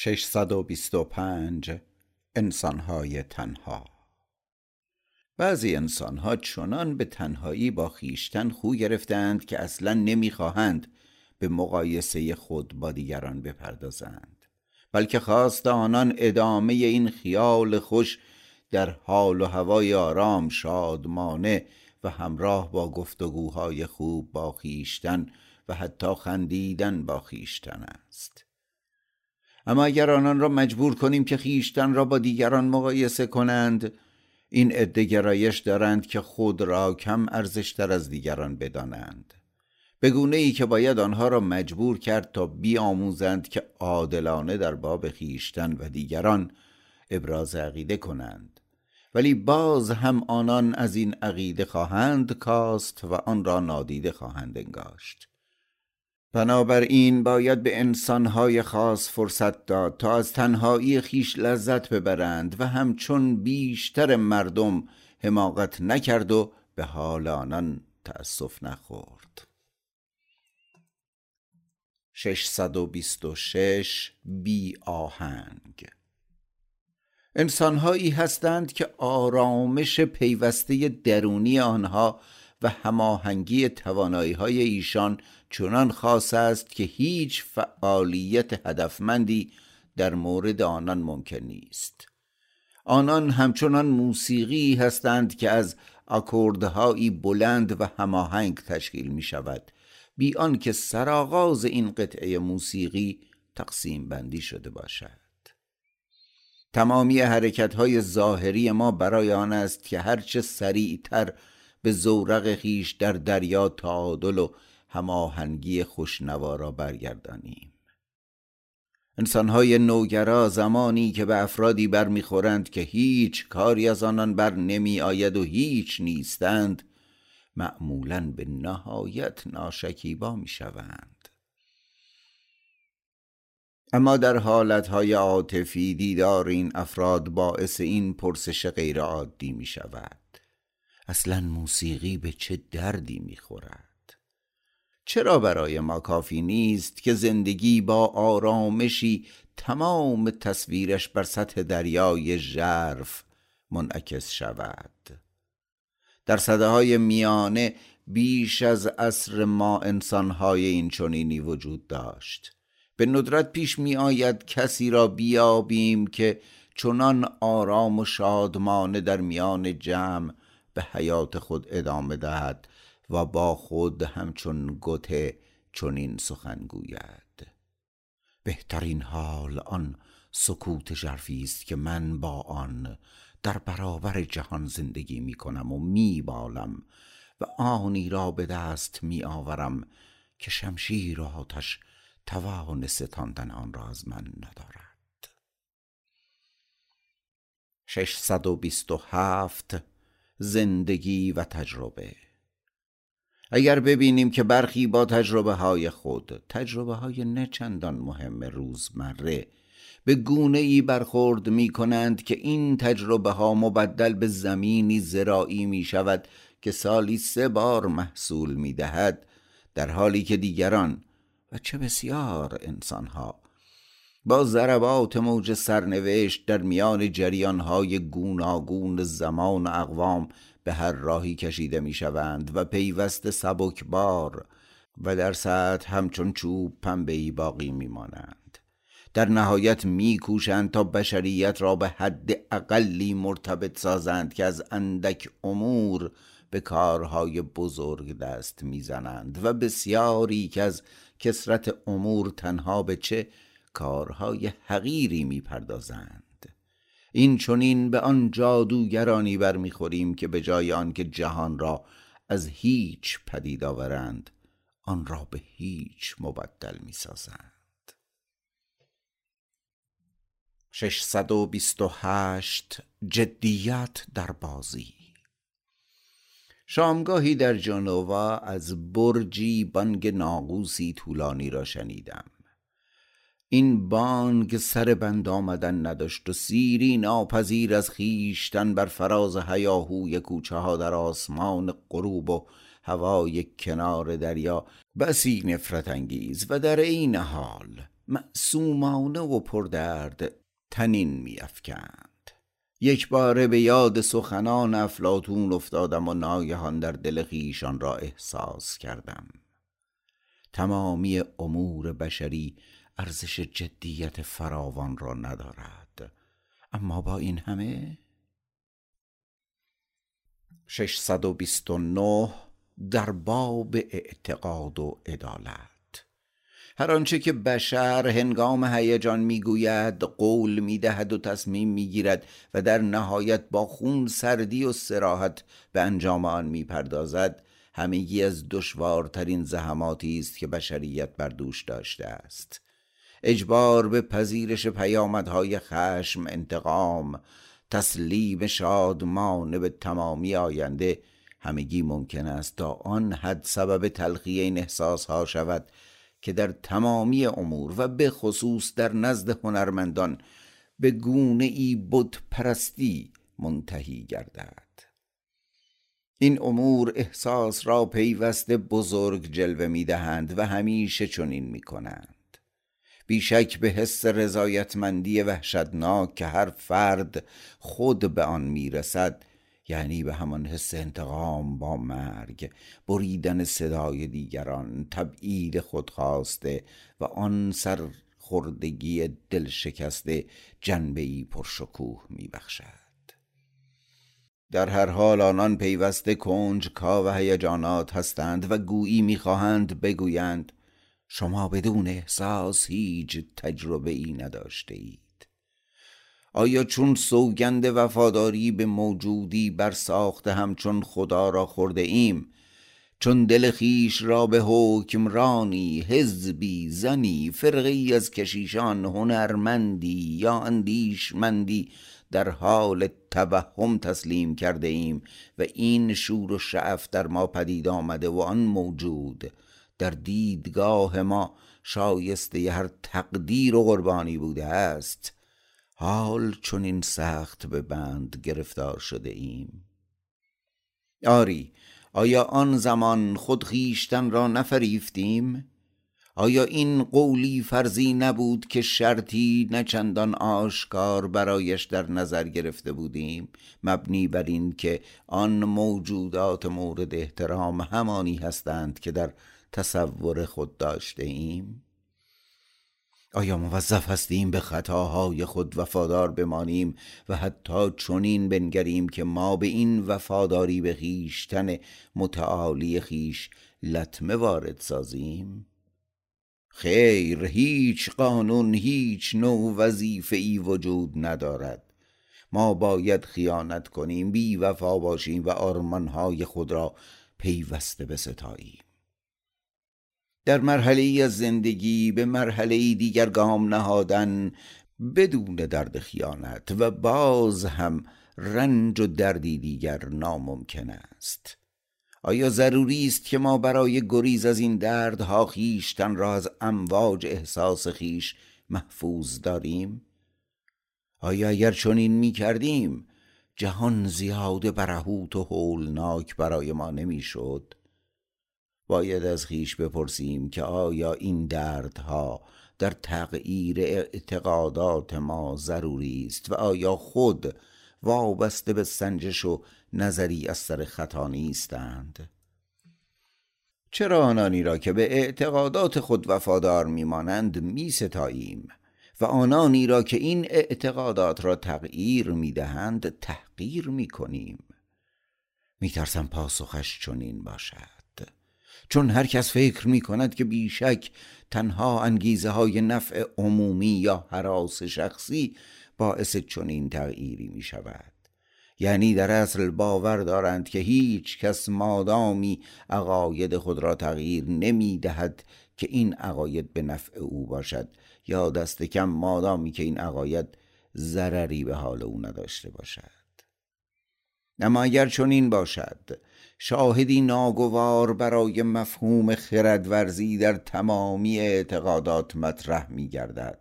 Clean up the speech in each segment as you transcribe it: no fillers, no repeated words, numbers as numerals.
625 انسانهای تنها. بعضی انسانها چنان به تنهایی با خیشتن خو گرفتند که اصلا نمیخواهند به مقایسه خود با دیگران بپردازند، بلکه خواست آنان ادامه این خیال خوش در حال و هوای آرام، شادمانه و همراه با گفتگوهای خوب با خیشتن و حتی خندیدن با خیشتن است. اما اگر آنان را مجبور کنیم که خیشتن را با دیگران مقایسه کنند، این عده گرایش دارند که خود را کم ارزشتر از دیگران بدانند، به گونه‌ای که باید آنها را مجبور کرد تا بیاموزند که عادلانه در باب خیشتن و دیگران ابراز عقیده کنند، ولی باز هم آنان از این عقیده خواهند کاست و آن را نادیده خواهند انگاشت. بنابراین باید به انسانهای خاص فرصت داد تا از تنهایی خیش لذت ببرند و همچون بیشتر مردم حماقت نکرد و به حال آنان تأسف نخورد. 626 بی آهنگ. انسانهایی هستند که آرامش پیوسته درونی آنها و هماهنگی توانایی‌های ایشان چنان خاص است که هیچ فعالیت هدفمندی در مورد آنان ممکن نیست. آنان همچنان موسیقی هستند که از آکوردهایی بلند و هماهنگ تشکیل می شود، بی آنکه سرآغاز این قطعه موسیقی تقسیم بندی شده باشد. تمامی حرکت‌های ظاهری ما برای آن است که هرچه سریعتر به زورق خیش در دریا تعادل و هماهنگی خوشنوا را برگردانیم. انسان‌های نوگرا زمانی که به افرادی برمیخورند که هیچ کاری از آنان بر نمی آید و هیچ نیستند، معمولاً به نهایت ناشکیبا می شوند. اما در حالتهای عاطفی دیدار این افراد باعث این پرسش غیر عادی می شود: اصلاً موسیقی به چه دردی می خورد؟ چرا برای ما کافی نیست که زندگی با آرامشی تمام تصویرش بر سطح دریای ژرف منعکس شود؟ در سده‌های میانه بیش از عصر ما انسان‌های این چنینی وجود داشت. به ندرت پیش می آید کسی را بیابیم که چنان آرام و شادمانه در میان جمع به حیات خود ادامه دهد و با خود همچون گته چنین سخن گوید: بهترین حال آن سکوت ژرفی است که من با آن در برابر جهان زندگی می کنم و می بالم و آنی را به دست می آورم که شمشیر و آتش توان ستاندن آن را از من ندارد. 627 زندگی و تجربه. اگر ببینیم که برخی با تجربه های خود، تجربه های نه چندان مهم روزمره، به گونه‌ای برخورد می کنند که این تجربه ها مبدل به زمینی زراعی می شود که سالی 3 بار محصول می دهد، در حالی که دیگران و چه بسیار انسانها با ضربات موج سرنوشت در میان جریانهای گوناگون زمان و اقوام به هر راهی کشیده می شوند و پیوسته سبکبار و در سطح همچون چوب پنبه‌ای باقی می مانند. در نهایت می کوشند تا بشریت را به حد اقلی مرتبط سازند که از اندک امور به کارهای بزرگ دست می زنند و بسیاری که از کثرت امور تنها به چه کارهای حقیری می پردازند. این چنین به آن جادوگرانی برمیخوریم که به جای آن که جهان را از هیچ پدید آورند، آن را به هیچ مبدل می سازند. 628 جدیت در بازی. شامگاهی در جنوا از برجی بانگ ناقوسی طولانی را شنیدم. این بانگ سر بند آمدن نداشت و سیری ناپذیر از خیشتن بر فراز هیاهوی کوچه ها در آسمان غروب و هوای کنار دریا بسی نفرت انگیز و در این حال معصومانه و پردرد تنین می‌افکند. یک باره به یاد سخنان افلاطون افتادم و ناگهان در دل خویشان را احساس کردم. تمامی امور بشری ارزش جدیت فراوان را ندارد، اما با این همه 629 در باب اعتقاد و عدالت. هر آنچه که بشر هنگام هیجان میگوید، قول میدهد و تصمیم میگیرد و در نهایت با خون سردی و صراحت به انجام آن میپردازد، همگی از دشوارترین زحماتی است که بشریت بر دوش داشته است. اجبار به پذیرش پیامدهای خشم، انتقام، تسلیم شادمانه به تمامی آینده، همگی ممکن است تا آن حد سبب تلخی این احساسها شود که در تمامی امور و به خصوص در نزد هنرمندان به گونه ای بت پرستی منتهی گردد. این امور احساس را پیوسته بزرگ جلوه می دهند و همیشه چنین می کنند. بیشک به حس رضایتمندی وحشتناک که هر فرد خود به آن می رسد، یعنی به همان حس انتقام با مرگ، بریدن صدای دیگران، تبعید خودخواسته و آن سرخوردگی دل شکسته، جنبه‌ای پرشکوه می بخشد. در هر حال آنان پیوسته کنجکاو و هیجانات هستند و گویی می‌خواهند بگویند شما بدون احساس هیچ تجربه ای نداشته اید. آیا چون سوگند وفاداری به موجودی برساخته همچون خدا را خورده ایم، چون دل خویش را به حکمرانی، حزبی، زنی، فرقه‌ای از کشیشان، هنرمندی یا اندیشمندی در حال توهم تسلیم کرده ایم و این شور و شعف در ما پدید آمده و آن موجود در دیدگاه ما شایسته هر تقدیر و قربانی بوده است، حال چون این سخت به بند گرفتار شده ایم؟ آری، آیا آن زمان خود خویشتن را نفریفتیم؟ آیا این قولی فرضی نبود که شرطی نه چندان آشکار برایش در نظر گرفته بودیم، مبنی بر این که آن موجودات مورد احترام همانی هستند که در تصور خود داشته ایم؟ آیا موظف هستیم به خطاهای خود وفادار بمانیم و حتی چنین بنگریم که ما به این وفاداری به خویشتن متعالی خویش لطمه وارد سازیم؟ خیر، هیچ قانون، هیچ نوع وظیفه‌ای وجود ندارد. ما باید خیانت کنیم، بی وفا باشیم و آرمانهای خود را پیوسته بستاییم. در مرحله‌ای از زندگی به مرحله‌ای دیگر گام نهادن بدون درد خیانت و باز هم رنج و دردی دیگر ناممکن است. آیا ضروری است که ما برای گریز از این دردها خویشتن را از امواج احساس خویش محفوظ داریم؟ آیا اگر چنین می کردیم جهان زیاده برهوت و هولناک برای ما نمی شد؟ باید از خویش بپرسیم که آیا این دردها در تغییر اعتقادات ما ضروری است و آیا خود وابسته به سنجش و نظری از سر خطا نیستند؟ چرا آنانی را که به اعتقادات خود وفادار میمانند میستاییم و آنانی را که این اعتقادات را تغییر میدهند تحقیر میکنیم؟ میترسم پاسخش چنین باشد، چون هر کس فکر می کند که بیشک تنها انگیزه های نفع عمومی یا هراس شخصی باعث چنین تغییری می شود. یعنی در اصل باور دارند که هیچ کس مادامی عقاید خود را تغییر نمی دهد که این عقاید به نفع او باشد، یا دست کم مادامی که این عقاید ضرری به حال او نداشته باشد. اما اگر چنین باشد، شاهدی ناگوار برای مفهوم خردورزی در تمامی اعتقادات مطرح می گردد.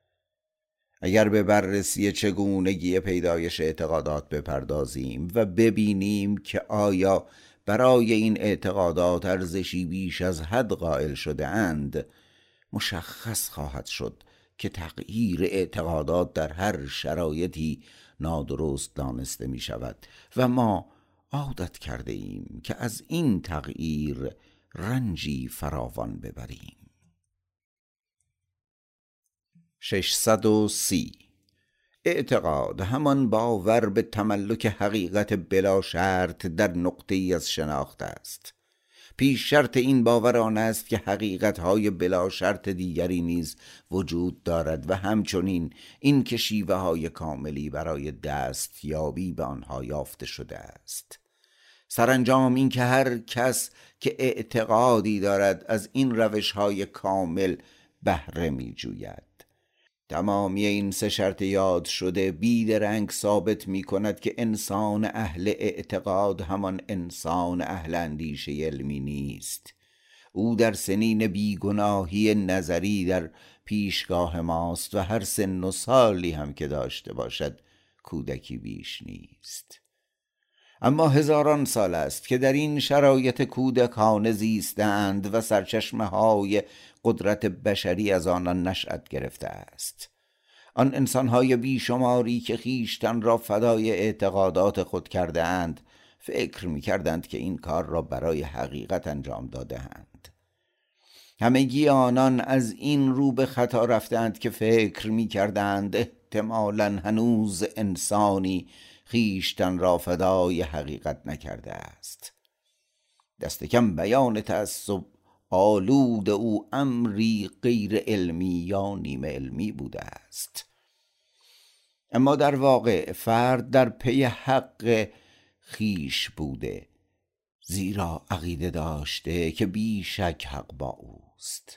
اگر به بررسی چگونگی پیدایش اعتقادات بپردازیم و ببینیم که آیا برای این اعتقادات ارزشی بیش از حد قائل شده اند، مشخص خواهد شد که تغییر اعتقادات در هر شرایطی نادرست دانسته می شود و ما عادت کرده ایم که از این تغییر رنجی فراوان ببریم. 630. اعتقاد همان باور به تملک حقیقت بلا شرط در نقطه ای از شناخت است. پیش شرط این باور آن است که حقیقت‌های بلا شرط دیگری نیز وجود دارد و همچنین این که شیوه‌های کاملی برای دستیابی به آنها یافته شده است. سرانجام این که هر کس که اعتقادی دارد از این روش‌های کامل بهره می‌جوید. تمامی این سه شرط یاد شده بیدرنگ ثابت می کند که انسان اهل اعتقاد همان انسان اهل اندیشه علمی نیست. او در سنین بیگناهی نظری در پیشگاه ماست و هر سن و سالی هم که داشته باشد کودکی بیش نیست. اما هزاران سال است که در این شرایط کودکانه زیستند و سرچشمه های قدرت بشری از آنان نشأت گرفته است. آن انسانهای بیشماری که خیشتن را فدای اعتقادات خود کرده اند فکر می کردند که این کار را برای حقیقت انجام داده اند. همگی آنان از این رو به خطا رفتند که فکر می کردند احتمالاً هنوز انسانی خیشتن را فدای حقیقت نکرده است. دست کم بیان تعصب آلود او امری غیر علمی یا نیمه علمی بوده است. اما در واقع فرد در پی حق خیش بوده، زیرا عقیده داشته که بیشک حق با اوست.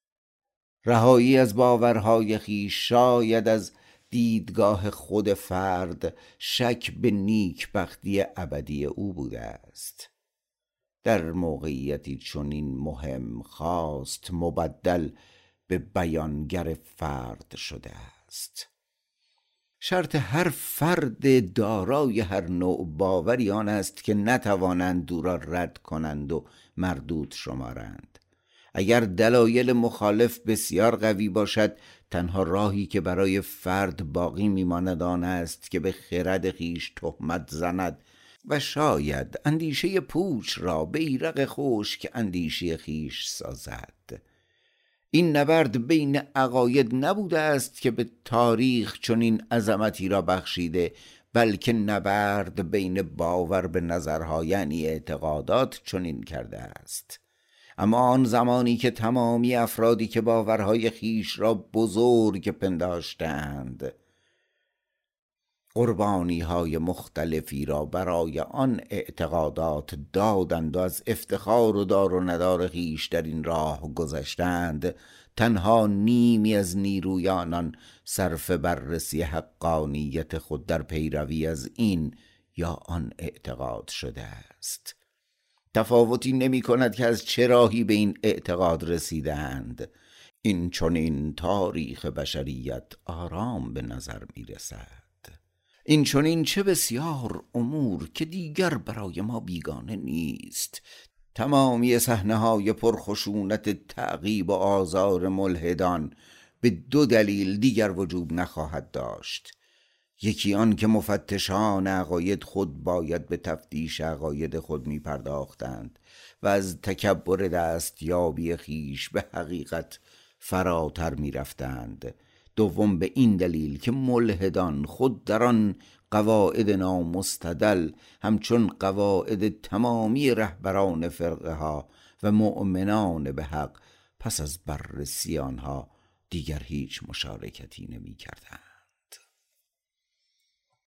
رهایی از باورهای خیش شاید از دیدگاه خود فرد شک به نیکبختی ابدی او بوده است. در موقعیتی چنین مهم خواست مبدل به بیانگر فرد شده است. شرط هر فرد دارای هر نوع باوری آن است که نتوانند دو را رد کنند و مردود شمارند. اگر دلایل مخالف بسیار قوی باشد، تنها راهی که برای فرد باقی میماند آن است که به خرد خیش تهمت زند و شاید اندیشه پوچ را بیرق خشک اندیشه خیش سازد. این نبرد بین عقاید نبوده است که به تاریخ چنین عظمتی را بخشیده، بلکه نبرد بین باور به نظرها یعنی اعتقادات چنین کرده است. اما آن زمانی که تمامی افرادی که باورهای خیش را بزرگ پنداشتند قربانی های مختلفی را برای آن اعتقادات دادند و از افتخار و دار و ندار خیش در این راه گذشتند، تنها نیمی از نیروی آنان صرف بررسی حقانیت خود در پیروی از این یا آن اعتقاد شده است. تفاوتی نمی کند که از چه راهی به این اعتقاد رسیدند. این چنین تاریخ بشریت آرام به نظر می رسد. این چنین چه بسیار امور که دیگر برای ما بیگانه نیست. تمامی صحنه‌های پرخشونت تعقیب و آزار ملحدان به دو دلیل دیگر وجود نخواهد داشت. یکی آن که مفتشان عقاید خود باید به تفتیش عقاید خود می پرداختند و از تکبر دستیابی خیش به حقیقت فراتر می رفتند. دوم به این دلیل که ملحدان خود در آن قواعد نامستدل همچون قواعد تمامی رهبران فرقه ها و مؤمنان به حق پس از بررسی آنها دیگر هیچ مشارکتی نمی کردند.